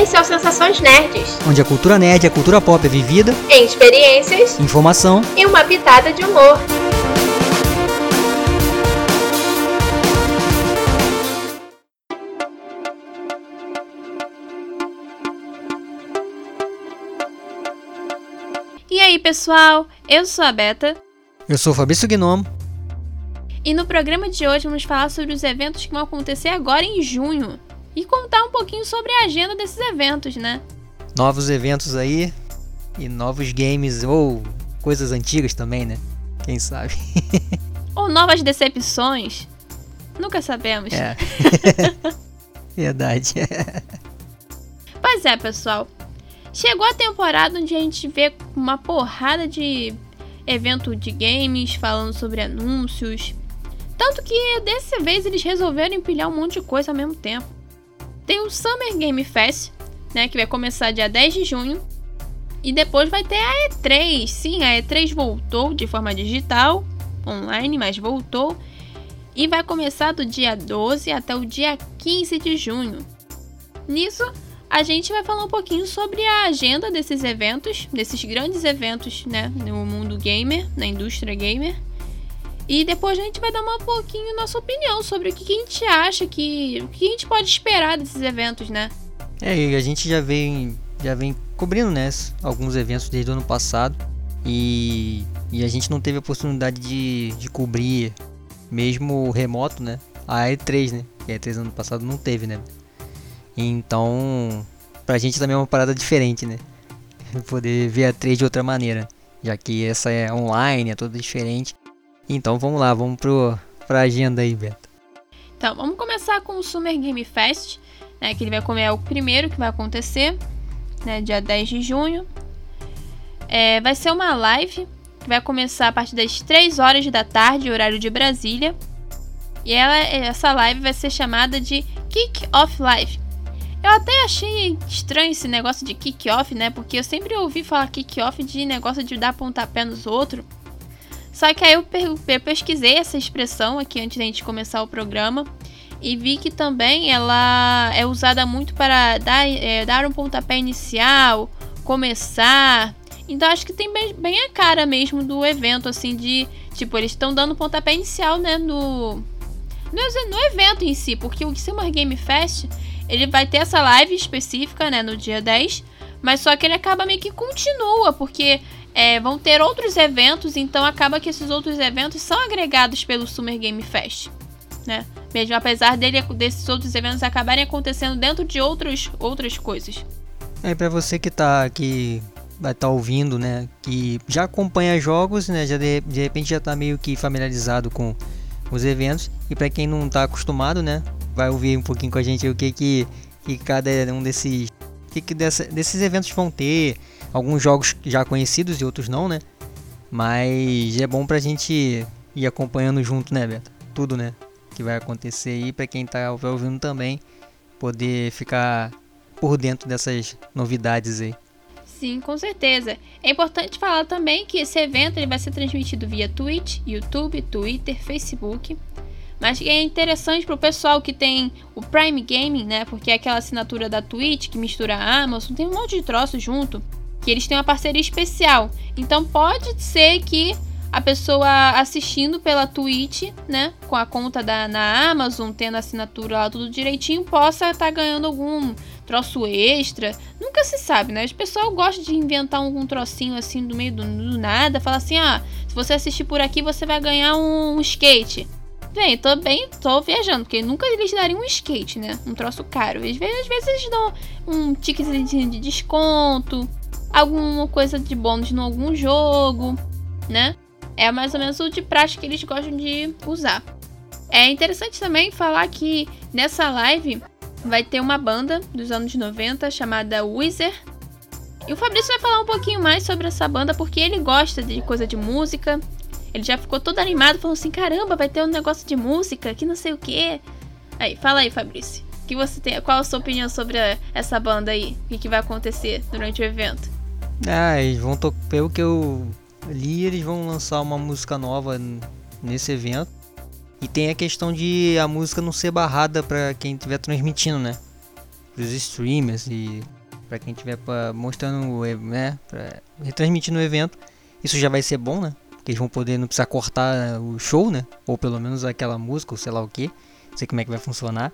Esse é o Sensações Nerds, onde a cultura nerd e a cultura pop é vivida em experiências, informação e uma pitada de humor. E aí, pessoal, eu sou a Beta. Eu sou o Fabrício Gnomo. E no programa de hoje vamos falar sobre os eventos que vão acontecer agora em junho. E contar um pouquinho sobre a agenda desses eventos, né? Novos eventos aí e novos games ou coisas antigas também, né? Quem sabe? Ou novas decepções. Nunca sabemos. É. Verdade. Pois é, pessoal. Chegou a temporada onde a gente vê uma porrada de evento de games falando sobre anúncios. Tanto que dessa vez eles resolveram empilhar um monte de coisa ao mesmo tempo. Tem o Summer Game Fest, né, que vai começar dia 10 de junho. E depois vai ter a E3. Sim, a E3 voltou de forma digital, online, mas voltou. E vai começar do dia 12 até o dia 15 de junho. Nisso, a gente vai falar um pouquinho sobre a agenda desses eventos, desses grandes eventos, né, no mundo gamer, na indústria gamer. E depois a gente vai dar um pouquinho nossa opinião sobre o que a gente acha, o que a gente pode esperar desses eventos, né? E a gente já vem cobrindo, né, alguns eventos desde o ano passado. E a gente não teve a oportunidade de cobrir, mesmo remoto, né, a E3, né? Que a E3 ano passado não teve, né? Então, pra gente também é uma parada diferente, né? Poder ver a E3 de outra maneira, já que essa é online, é toda diferente. Então vamos lá, vamos pra agenda aí, Beto. Então, vamos começar com o Summer Game Fest, né, que ele é o primeiro que vai acontecer, né, dia 10 de junho. Vai ser uma live que vai começar a partir das 3 horas da tarde, horário de Brasília. E essa live vai ser chamada de Kick Off Live. Eu até achei estranho esse negócio de Kick Off, né, porque eu sempre ouvi falar Kick Off de negócio de dar pontapé nos outros. Só que aí eu pesquisei essa expressão aqui antes da gente começar o programa e vi que também ela é usada muito para dar um pontapé inicial, começar. Então acho que tem bem a cara mesmo do evento, assim, de tipo, eles estão dando pontapé inicial, né, no evento em si, porque o Summer Game Fest, ele vai ter essa live específica, né, no dia 10, mas só que ele acaba meio que continua, porque vão ter outros eventos, então acaba que esses outros eventos são agregados pelo Summer Game Fest, né? Mesmo apesar desses outros eventos acabarem acontecendo dentro de outras coisas. Pra você que vai estar ouvindo, né, que já acompanha jogos, né, já de repente já tá meio que familiarizado com os eventos, e para quem não tá acostumado, né, vai ouvir um pouquinho com a gente o que cada um desses eventos vão ter. Alguns jogos já conhecidos e outros não, né? Mas é bom pra gente ir acompanhando junto, né, Beto? Tudo, né, que vai acontecer aí, pra quem tá ouvindo também poder ficar por dentro dessas novidades aí. Sim, com certeza. É importante falar também que esse evento ele vai ser transmitido via Twitch, YouTube, Twitter, Facebook. Mas é interessante pro pessoal que tem o Prime Gaming, né? Porque é aquela assinatura da Twitch que mistura a Amazon, tem um monte de troço junto, que eles têm uma parceria especial. Então pode ser que a pessoa assistindo pela Twitch, né, com a conta na Amazon, tendo a assinatura lá tudo direitinho, possa estar ganhando algum troço extra. Nunca se sabe, né? O pessoal gosta de inventar algum trocinho assim do meio do nada. Fala assim, se você assistir por aqui, você vai ganhar um skate. Tô viajando, porque nunca eles dariam um skate, né? Um troço caro. Às vezes eles dão um ticket de desconto, alguma coisa de bônus em algum jogo, né? É mais ou menos o de prática que eles gostam de usar. É interessante também falar que nessa live vai ter uma banda dos anos 90 chamada Weezer. E o Fabrício vai falar um pouquinho mais sobre essa banda, porque ele gosta de coisa de música. Ele já ficou todo animado, falando assim, caramba, vai ter um negócio de música, que não sei o que. Aí, fala aí, Fabrício. Que você tem, qual a sua opinião sobre essa banda aí? O que vai acontecer durante o evento? Eles vão pelo que eu li, eles vão lançar uma música nova nesse evento. E tem a questão de a música não ser barrada pra quem estiver transmitindo, né? Pros streamers e Pra quem estiver mostrando, né, retransmitindo o evento, isso já vai ser bom, né? Porque eles vão poder não precisar cortar o show, né? Ou pelo menos aquela música, ou sei lá o que. Não sei como é que vai funcionar.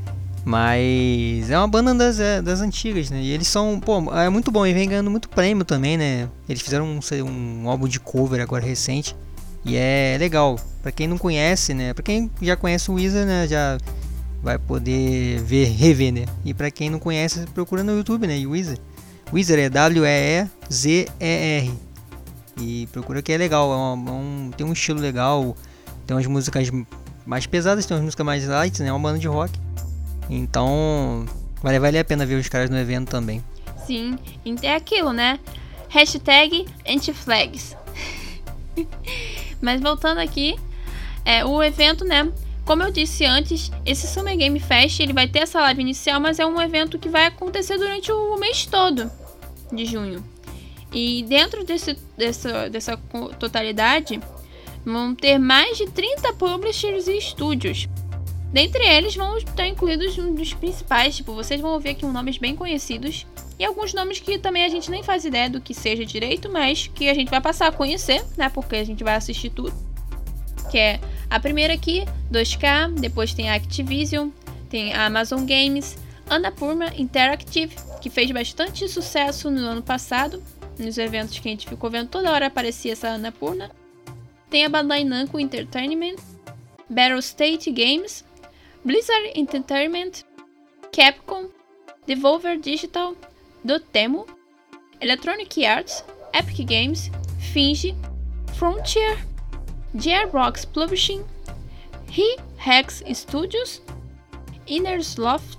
Mas é uma banda das antigas, né? E eles são, pô, é muito bom. E vem ganhando muito prêmio também, né? Eles fizeram um álbum de cover agora recente. E é legal. Pra quem não conhece, né? Pra quem já conhece o Weezer, né? Já vai poder rever, né? E pra quem não conhece, procura no YouTube, né? Weezer. Weezer é W-E-E-Z-E-R. E procura que é legal. Tem um estilo legal. Tem umas músicas mais pesadas, tem umas músicas mais light, né? É uma banda de rock. Então, vale a pena ver os caras no evento também. Sim, é aquilo, né? Hashtag anti-flags. Mas voltando aqui, o evento, né? Como eu disse antes, esse Summer Game Fest, ele vai ter essa live inicial, mas é um evento que vai acontecer durante o mês todo de junho. E dentro dessa totalidade, vão ter mais de 30 publishers e estúdios. Dentre eles vão estar incluídos um dos principais, tipo, vocês vão ouvir aqui nomes bem conhecidos e alguns nomes que também a gente nem faz ideia do que seja direito, mas que a gente vai passar a conhecer, né, porque a gente vai assistir tudo. Que é a primeira aqui, 2K, depois tem a Activision, tem a Amazon Games, Annapurna Interactive, que fez bastante sucesso no ano passado, nos eventos que a gente ficou vendo, toda hora aparecia essa Annapurna. Tem a Bandai Namco Entertainment, Battlestate Games, Blizzard Entertainment, Capcom, Devolver Digital, Dotemu, Electronic Arts, Epic Games, Finge, Frontier, Gearbox Publishing, Hex Studios, Inner Sloth,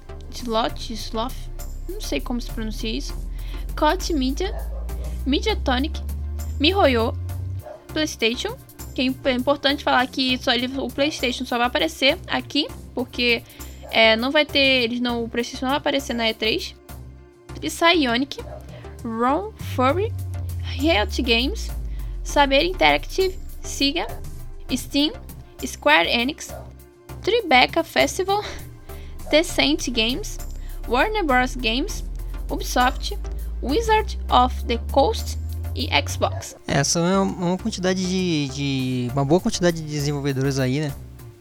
não sei como se pronuncia isso, Koch Media, Mediatonic, MiHoYo, PlayStation, que é importante falar que o PlayStation só vai aparecer aqui, porque o PlayStation não vai aparecer na E3. Psyonic, Ron Furry, Riot Games, Saber Interactive, Sega, Steam, Square Enix, Tribeca Festival, Tencent Games, Warner Bros. Games, Ubisoft, Wizard of the Coast e Xbox. Essa é uma quantidade uma boa quantidade de desenvolvedores aí, né?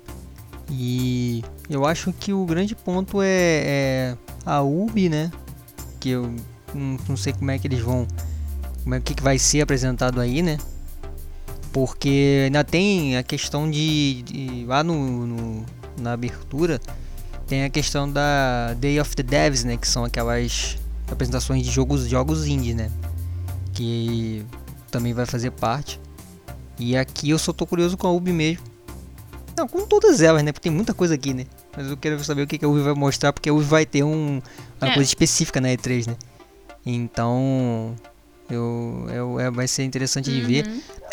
E eu acho que o grande ponto é a Ubi, né? Que eu não sei como é que eles vão, que vai ser apresentado aí, né? Porque ainda tem a questão de lá na abertura tem a questão da Day of the Devs, né? Que são aquelas apresentações de jogos indie, né? Que também vai fazer parte. E aqui eu só tô curioso com a Ubi mesmo. Não, com todas elas, né? Porque tem muita coisa aqui, né? Mas eu quero saber o que a Ubi vai mostrar, porque a Ubi vai ter uma coisa específica na E3, né? Então vai ser interessante de ver.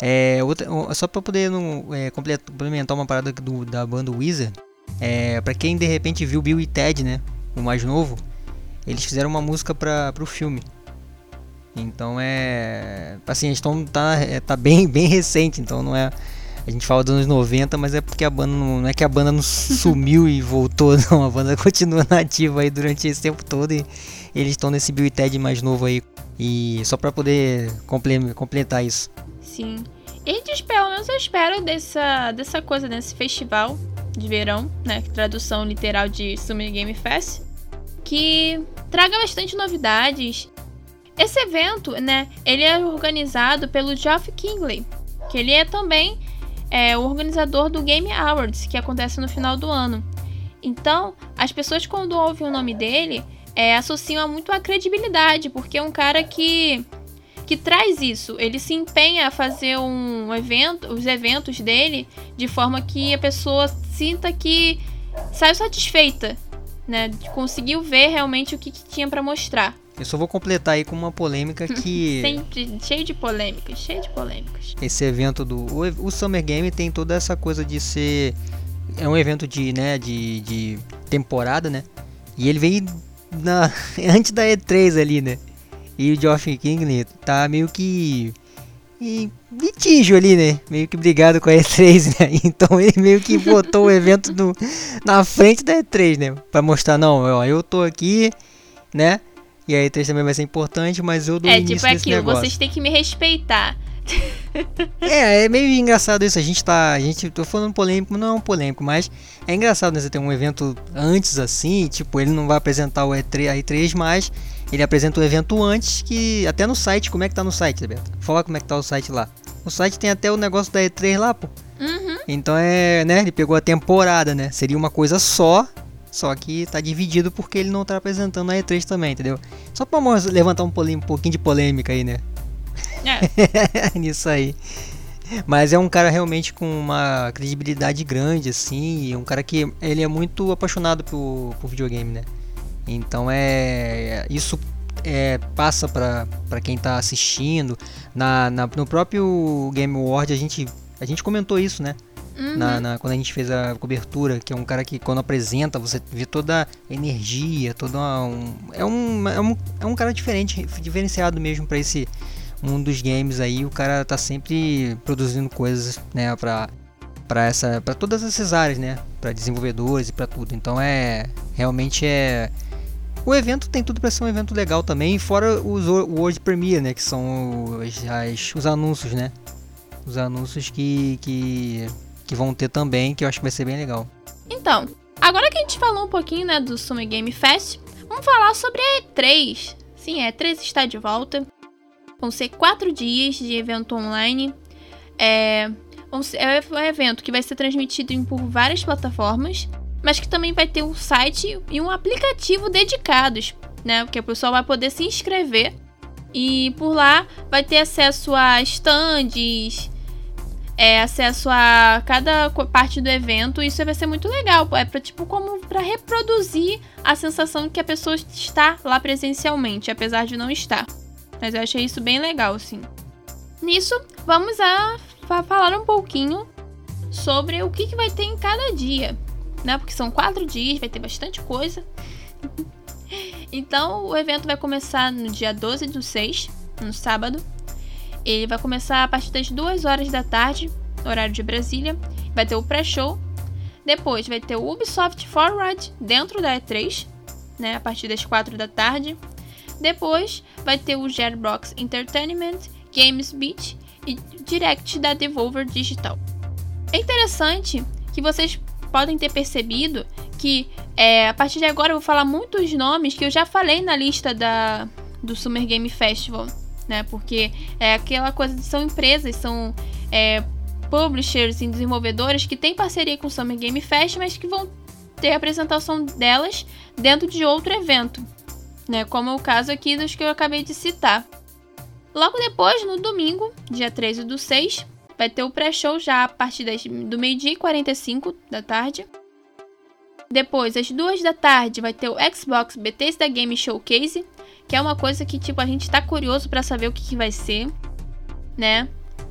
Só pra poder complementar uma parada da banda Weezer. Pra quem de repente viu Bill e Ted, né? O mais novo, eles fizeram uma música pro filme. Então assim, a gente tá bem recente, então não é. A gente fala dos anos 90, mas é porque a banda não é que a banda não sumiu e voltou, não. A banda continua nativa aí durante esse tempo todo e eles estão nesse Bill e Ted mais novo aí. E só pra poder completar isso. Sim. E pelo menos eu espero dessa coisa, desse festival de verão, né? Tradução literal de Summer Game Fest, que traga bastante novidades. Esse evento, né? Ele é organizado pelo Geoff Keighley, que ele é também o organizador do Game Awards, que acontece no final do ano. Então, as pessoas quando ouvem o nome dele, associam muito à credibilidade, porque é um cara que traz isso. Ele se empenha a fazer os eventos dele de forma que a pessoa sinta que saiu satisfeita, né? Conseguiu ver realmente o que tinha para mostrar. Eu só vou completar aí com uma polêmica que... Sempre cheio de polêmicas. Esse evento o Summer Game tem toda essa coisa de ser... É um evento de temporada, né? E ele veio antes da E3 ali, né? E o Geoff Keighley tá meio que... litígio ali, né? Meio que brigado com a E3, né? Então ele meio que botou o evento na frente da E3, né? Pra mostrar, não, ó, eu tô aqui, né? E a E3 também vai ser importante, mas eu dou início tipo nesse aquilo, negócio. vocês têm que me respeitar. É meio engraçado isso. Tô falando polêmico, não é um polêmico, mas é engraçado, né? Você ter um evento antes assim, tipo, ele não vai apresentar a E3, mas ele apresenta o evento antes, que até no site, como é que tá no site, Beto? Fala como é que tá o site lá. O site tem até o negócio da E3 lá, pô. Então né? Ele pegou a temporada, né? Seria uma coisa só que tá dividido porque ele não tá apresentando a E3 também, entendeu? Só pra levantar um pouquinho de polêmica aí, né? Nisso aí. Mas é um cara realmente com uma credibilidade grande, assim. Um cara que ele é muito apaixonado por videogame, né? Então isso passa pra quem tá assistindo. No próprio Game Award a gente comentou isso, né? Quando a gente fez a cobertura, que é um cara que quando apresenta você vê toda a energia, é um cara diferenciado mesmo pra esse mundo dos games aí. O cara tá sempre produzindo coisas, né, pra todas essas áreas, né, pra desenvolvedores e pra tudo. Então realmente o evento tem tudo pra ser um evento legal também, fora o World Premiere, né, que são os anúncios, né, os anúncios que vão ter também, que eu acho que vai ser bem legal. Então, agora que a gente falou um pouquinho, né, do Summer Game Fest, vamos falar sobre a E3. Sim, a E3 está de volta. Vão ser 4 dias de evento online. É um evento que vai ser transmitido por várias plataformas, mas que também vai ter um site e um aplicativo dedicados, né? Porque o pessoal vai poder se inscrever e por lá vai ter acesso a stands, acesso a cada parte do evento. Isso vai ser muito legal. Para reproduzir a sensação que a pessoa está lá presencialmente, apesar de não estar. Mas eu achei isso bem legal, sim. Nisso, vamos a falar um pouquinho sobre o que vai ter em cada dia, né? Porque são 4 dias, vai ter bastante coisa. Então, o evento vai começar no dia 12/6, no sábado. Ele vai começar a partir das 2 horas da tarde, horário de Brasília. Vai ter o pré-show. Depois vai ter o Ubisoft Forward dentro da E3, né? A partir das 4 da tarde. Depois vai ter o Gearbox Entertainment, Games Beat e Direct da Devolver Digital. É interessante que vocês podem ter percebido que a partir de agora eu vou falar muitos nomes que eu já falei na lista do Summer Game Festival, né? Porque é aquela coisa de são empresas, são publishers e desenvolvedores que têm parceria com o Summer Game Fest, mas que vão ter a apresentação delas dentro de outro evento, né, como é o caso aqui dos que eu acabei de citar. Logo depois, no domingo, dia 13/6, vai ter o pré-show já a partir do 12h45 da tarde. Depois, às 2 da tarde, vai ter o Xbox Bethesda Game Showcase, que é uma coisa que a gente tá curioso para saber o que vai ser, né?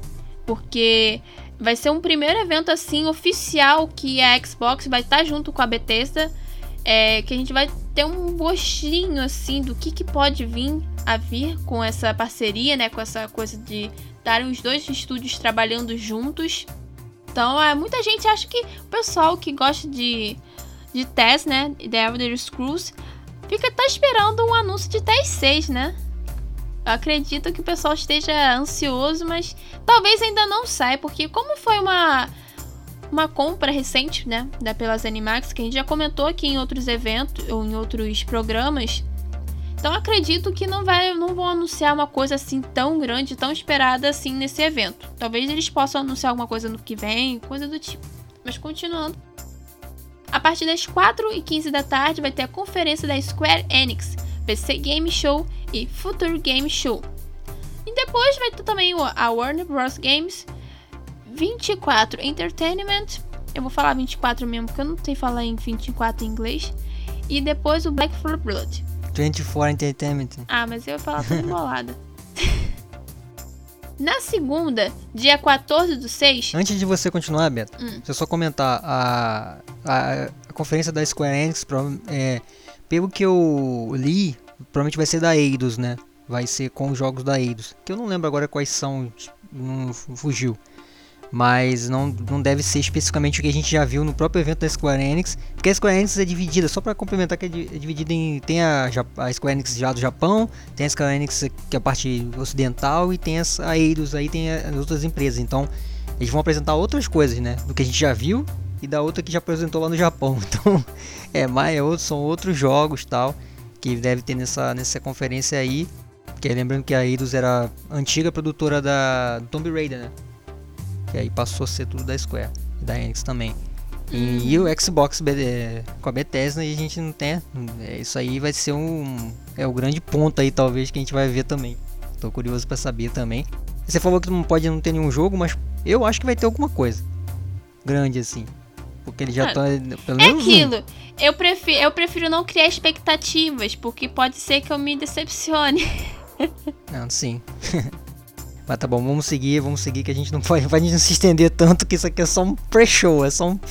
Porque vai ser um primeiro evento assim oficial que a Xbox vai estar junto com a Bethesda, que a gente vai ter um gostinho assim do que pode vir com essa parceria, né? Com essa coisa de estarem os dois estúdios trabalhando juntos. Então, muita gente acha que o pessoal que gosta de TES, né? The Elder Scrolls, tá esperando um anúncio de TES 6, né? Eu acredito que o pessoal esteja ansioso, mas talvez ainda não saia, porque como foi uma compra recente, né, pela ZeniMax, que a gente já comentou aqui em outros eventos ou em outros programas, então acredito que não vão anunciar uma coisa assim tão grande, tão esperada assim nesse evento. Talvez eles possam anunciar alguma coisa no que vem, coisa do tipo. Mas continuando, a partir das 4h15 da tarde vai ter a conferência da Square Enix, PC Game Show e Future Game Show. E depois vai ter também a Warner Bros. Games 24 Entertainment. Eu vou falar 24 mesmo, porque eu não sei falar em 24 em inglês. E depois o Black 4 Blood. 24 Entertainment. Mas eu ia falar tudo embolada. Na segunda, dia 14/6... Antes de você continuar, Beto, deixa eu só comentar. A conferência da Square Enix, pelo que eu li, provavelmente vai ser da Eidos, né? Vai ser com os jogos da Eidos. Que eu não lembro agora quais são, não fugiu. Mas não deve ser especificamente o que a gente já viu no próprio evento da Square Enix, porque a Square Enix é dividida, só para complementar, que é dividida em... Tem a Square Enix já do Japão, tem a Square Enix que é a parte ocidental, e tem a Eidos, aí tem as outras empresas. Então eles vão apresentar outras coisas, né, do que a gente já viu, e da outra que já apresentou lá no Japão. Então são outros jogos tal, que deve ter nessa conferência aí. Porque lembrando que a Eidos era a antiga produtora do Tomb Raider, né? Que aí passou a ser tudo da Square, da Enix também. E o Xbox com a Bethesda, e a gente não tem. Isso aí vai ser o grande ponto aí, talvez, que a gente vai ver também. Tô curioso pra saber também. Você falou que não pode não ter nenhum jogo, mas eu acho que vai ter alguma coisa grande assim. Porque ele já tá. Pelo menos aquilo. Eu prefiro não criar expectativas, porque pode ser que eu me decepcione. Não, sim. Mas tá bom, vamos seguir que a gente não pode não se estender tanto, que isso aqui é só um pré-show, é só um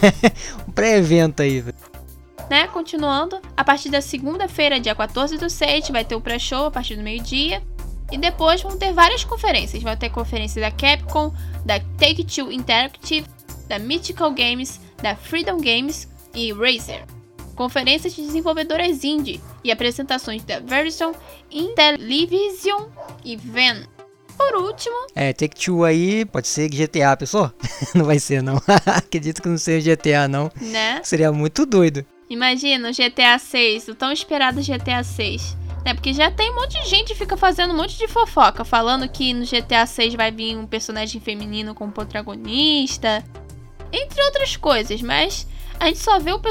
pré-evento aí, velho. Né, continuando, a partir da segunda-feira, dia 14/6, vai ter o pré-show a partir do meio-dia. E depois vão ter várias conferências. Vai ter conferência da Capcom, da Take-Two Interactive, da Mythical Games, da Freedom Games e Razer. Conferências de desenvolvedoras indie e apresentações da Verizon, Intellivision e Ven. Por último... Take-Two aí, pode ser GTA, pessoal? Não vai ser, não. Acredito que não seja GTA, não. Né? Seria muito doido. Imagina o GTA 6, o tão esperado GTA 6. Né? Porque já tem um monte de gente que fica fazendo um monte de fofoca, falando que no GTA 6 vai vir um personagem feminino como protagonista, entre outras coisas. Mas a gente só vê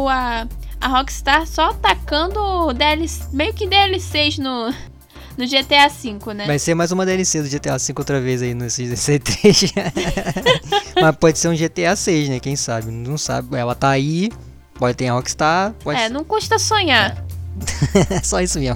a Rockstar só atacando meio que DLCs no GTA V, né? Vai ser mais uma DLC do GTA V outra vez aí no C3. Mas pode ser um GTA 6, né? Quem sabe? Não sabe. Ela tá aí, pode ter a Rockstar. Não custa sonhar. Só isso mesmo.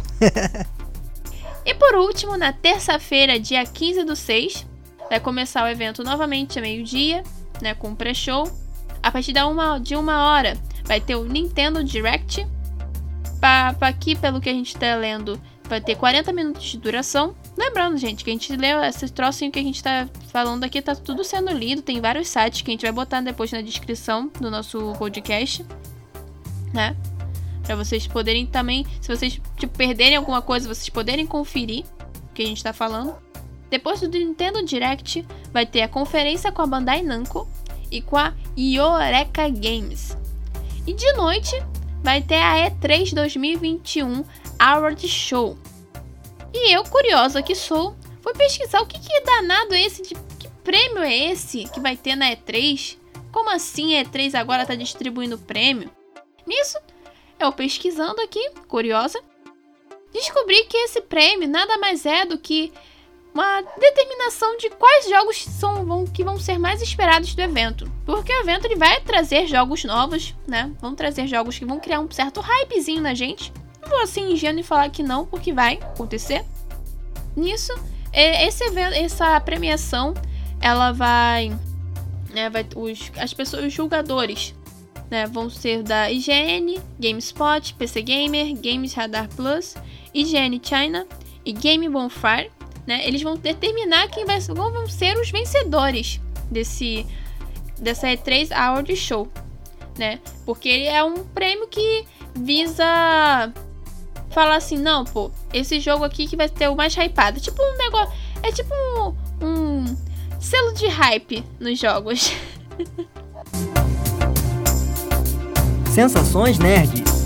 E por último, na terça-feira, dia 15/6, vai começar o evento novamente a meio-dia, né? Com o pré-show. A partir de uma hora, vai ter o Nintendo Direct. Aqui, pelo que a gente tá lendo, vai ter 40 minutos de duração. Lembrando, gente, que a gente leu esses trocinhos que a gente tá falando aqui, tá tudo sendo lido. Tem vários sites que a gente vai botar depois na descrição do nosso podcast, né? Pra vocês poderem também, se vocês perderem alguma coisa, vocês poderem conferir o que a gente tá falando. Depois do Nintendo Direct, vai ter a conferência com a Bandai Namco e com a Eureka Games. E de noite, vai ter a E3 2021 Award Show. E eu, curiosa que sou, fui pesquisar o que danado é esse, que prêmio é esse que vai ter na E3? Como assim a E3 agora tá distribuindo prêmio? Nisso, eu pesquisando aqui, curiosa, descobri que esse prêmio nada mais é do que uma determinação de quais jogos que vão ser mais esperados do evento. Porque o evento ele vai trazer jogos novos, né? Vão trazer jogos que vão criar um certo hypezinho na gente. Não vou ser ingênuo e falar que não, porque vai acontecer. Nisso, essa premiação, ela vai... Né, os jogadores, né, vão ser da IGN, GameSpot, PC Gamer, Games Radar Plus, IGN China e Game Bonfire. Né, eles vão determinar vão ser os vencedores dessa E3 Award Show, né? Porque ele é um prêmio que visa falar assim, não, pô, esse jogo aqui que vai ter o mais hypado. Tipo um negócio, é tipo um selo de hype nos jogos. Sensações nerds.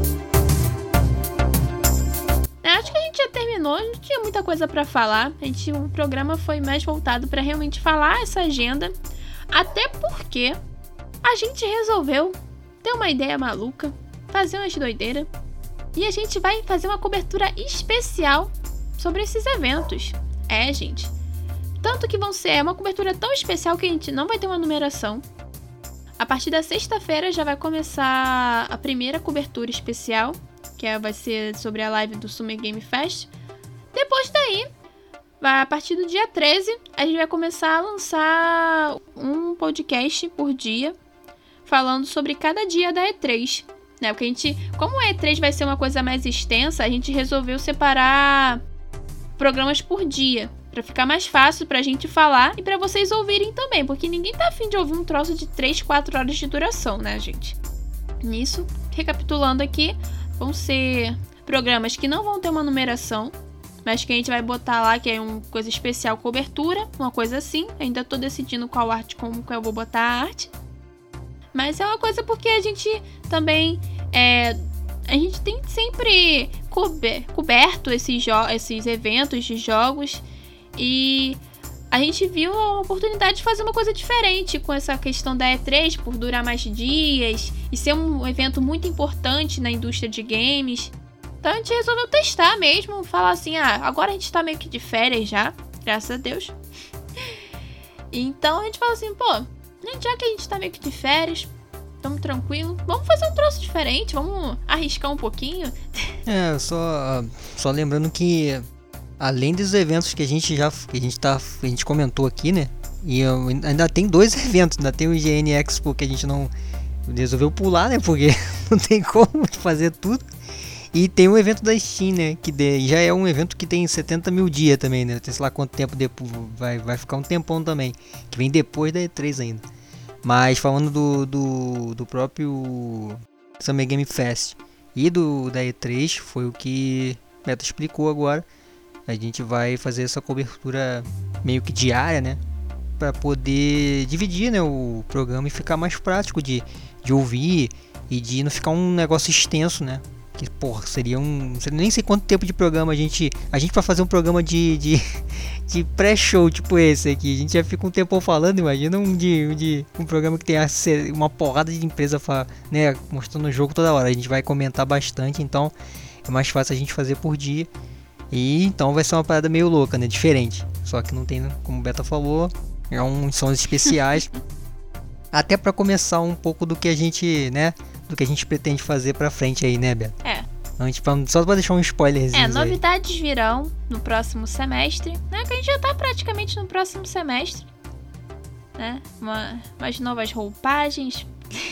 Acho que a gente já terminou, não tinha muita coisa pra falar. O programa foi mais voltado pra realmente falar essa agenda. Até porque a gente resolveu ter uma ideia maluca, fazer umas doideiras. E a gente vai fazer uma cobertura especial sobre esses eventos. Gente. Tanto que é uma cobertura tão especial que a gente não vai ter uma numeração. A partir da sexta-feira já vai começar a primeira cobertura especial, que vai ser sobre a live do Summer Game Fest. Depois daí, a partir do dia 13, a gente vai começar a lançar um podcast por dia, falando sobre cada dia da E3. Né? Porque como a E3 vai ser uma coisa mais extensa, a gente resolveu separar programas por dia, Pra ficar mais fácil pra gente falar e pra vocês ouvirem também, porque ninguém tá afim de ouvir um troço de 3, 4 horas de duração, né, gente? Nisso, recapitulando aqui, vão ser programas que não vão ter uma numeração, mas que a gente vai botar lá, que é uma coisa especial, cobertura, uma coisa assim. Ainda tô decidindo qual arte, como que eu vou botar a arte. Mas é uma coisa porque a gente também a gente tem sempre coberto esses eventos de jogos e a gente viu a oportunidade de fazer uma coisa diferente com essa questão da E3 por durar mais dias e ser um evento muito importante na indústria de games. Então a gente resolveu testar mesmo, falar assim, agora a gente tá meio que de férias já, graças a Deus. Então a gente falou assim, já que a gente tá meio que de férias, tamo tranquilo, vamos fazer um troço diferente, vamos arriscar um pouquinho. Só lembrando que além dos eventos que a gente comentou aqui, né? E ainda tem 2 eventos, ainda tem o IGN Expo que a gente não resolveu pular, né? Porque não tem como fazer tudo. E tem o evento da Steam, né? Que já é um evento que tem 70 mil dias também, né? Tem sei lá quanto tempo depois, vai ficar um tempão também. Que vem depois da E3 ainda. Mas falando do próprio Summer Game Fest e da E3, foi o que Beto explicou agora. A gente vai fazer essa cobertura meio que diária, né? Para poder dividir, né, o programa e ficar mais prático de ouvir e de não ficar um negócio extenso, né? Que, seria nem sei quanto tempo de programa a gente para fazer um programa de pré-show tipo esse aqui, a gente já fica um tempão falando, imagina um programa que tem uma porrada de empresa, né, mostrando o jogo toda hora, a gente vai comentar bastante, então é mais fácil a gente fazer por dia, e então vai ser uma parada meio louca, né, diferente, só que não tem, como o Beta falou, são especiais, até para começar um pouco do que a gente, né, do que a gente pretende fazer pra frente aí, né, Beto? Só pra deixar um spoilerzinho. Novidades virão no próximo semestre, né? Que a gente já tá praticamente no próximo semestre, né? Umas novas roupagens.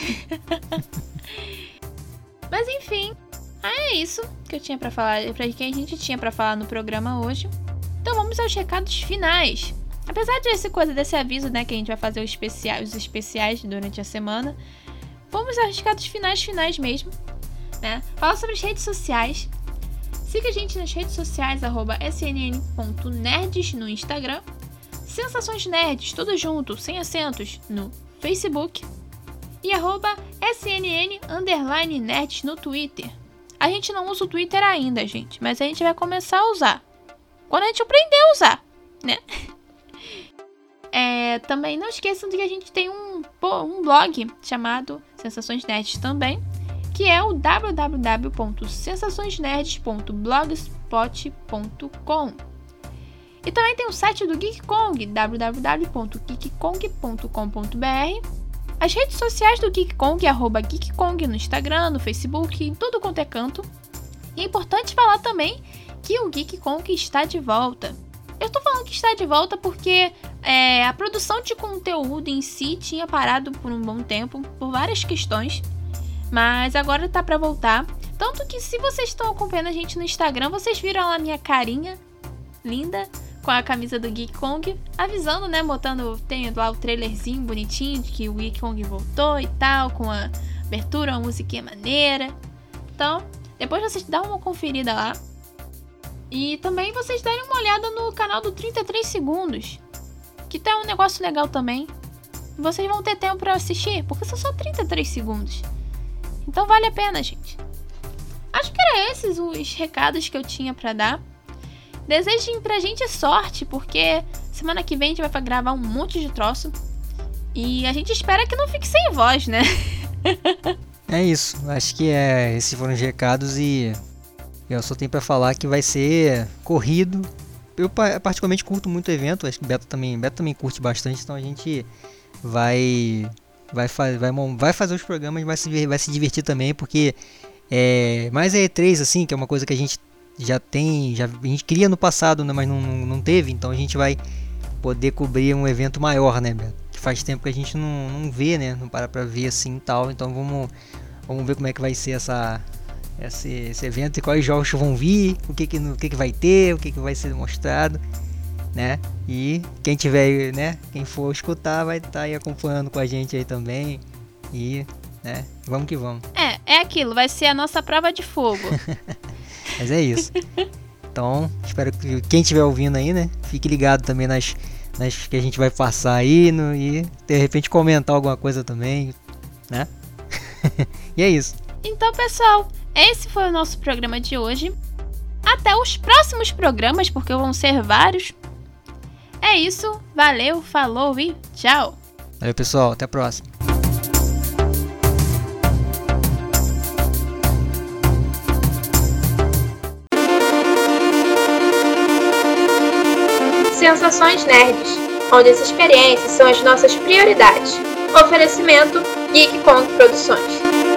Mas enfim, é isso que eu tinha pra falar, que a gente tinha pra falar no programa hoje. Então vamos aos recados finais. Apesar desse aviso, né, que a gente vai fazer os especiais durante a semana, vamos aos recados finais mesmo, né? Fala sobre as redes sociais. Siga a gente nas redes sociais, @snn.nerds no Instagram, Sensações Nerds, tudo junto, sem acentos, no Facebook e @snn_nerds no Twitter. A gente não usa o Twitter ainda, gente, mas a gente vai começar a usar quando a gente aprender a usar, né? Também não esqueçam de que a gente tem um blog chamado Sensações Nerds também, que é o www.sensaçõesnerds.blogspot.com. E também tem o site do Geek Kong, www.geekkong.com.br. As redes sociais do Geek Kong, @Geek Kong no Instagram, no Facebook, em tudo quanto é canto. E é importante falar também que o Geek Kong está de volta. Eu tô falando que está de volta porque a produção de conteúdo em si tinha parado por um bom tempo, por várias questões, mas agora tá pra voltar. Tanto que se vocês estão acompanhando a gente no Instagram, vocês viram lá minha carinha linda com a camisa do Geek Kong, avisando, né, tem lá o trailerzinho bonitinho de que o Geek Kong voltou e tal, com a abertura, uma musiquinha maneira. Então, depois vocês dão uma conferida lá. E também vocês darem uma olhada no canal do 33 Segundos, que tá um negócio legal também. Vocês vão ter tempo pra assistir, porque são só 33 segundos. Então vale a pena, gente. Acho que eram esses os recados que eu tinha pra dar. Desejem pra gente sorte, porque semana que vem a gente vai gravar um monte de troço. E a gente espera que não fique sem voz, né? É isso, acho que esses foram os recados e eu só tenho pra falar que vai ser corrido. Eu particularmente curto muito o evento, acho que o Beto também curte bastante, então a gente vai fazer os programas, vai se divertir também, porque mais a E3, assim, que é uma coisa que a gente a gente queria no passado, né, mas não teve, então a gente vai poder cobrir um evento maior, né, Beto? Que faz tempo que a gente não vê, né, não para pra ver assim e tal, então vamos ver como é que vai ser esse evento e quais jogos vão vir, o que vai ter, o que vai ser mostrado. né? E quem tiver, né? Quem for escutar vai estar aí acompanhando com a gente aí também. E, né? Vamos que vamos. É aquilo, vai ser a nossa prova de fogo. Mas é isso. Então, espero que quem estiver ouvindo aí, né? Fique ligado também nas que a gente vai passar aí e de repente comentar alguma coisa também, né? E é isso. Então, pessoal, esse foi o nosso programa de hoje. Até os próximos programas, porque vão ser vários. É isso, valeu, falou e tchau! Valeu, pessoal, até a próxima. Sensações Nerds, onde as experiências são as nossas prioridades. Oferecimento Geek Produções.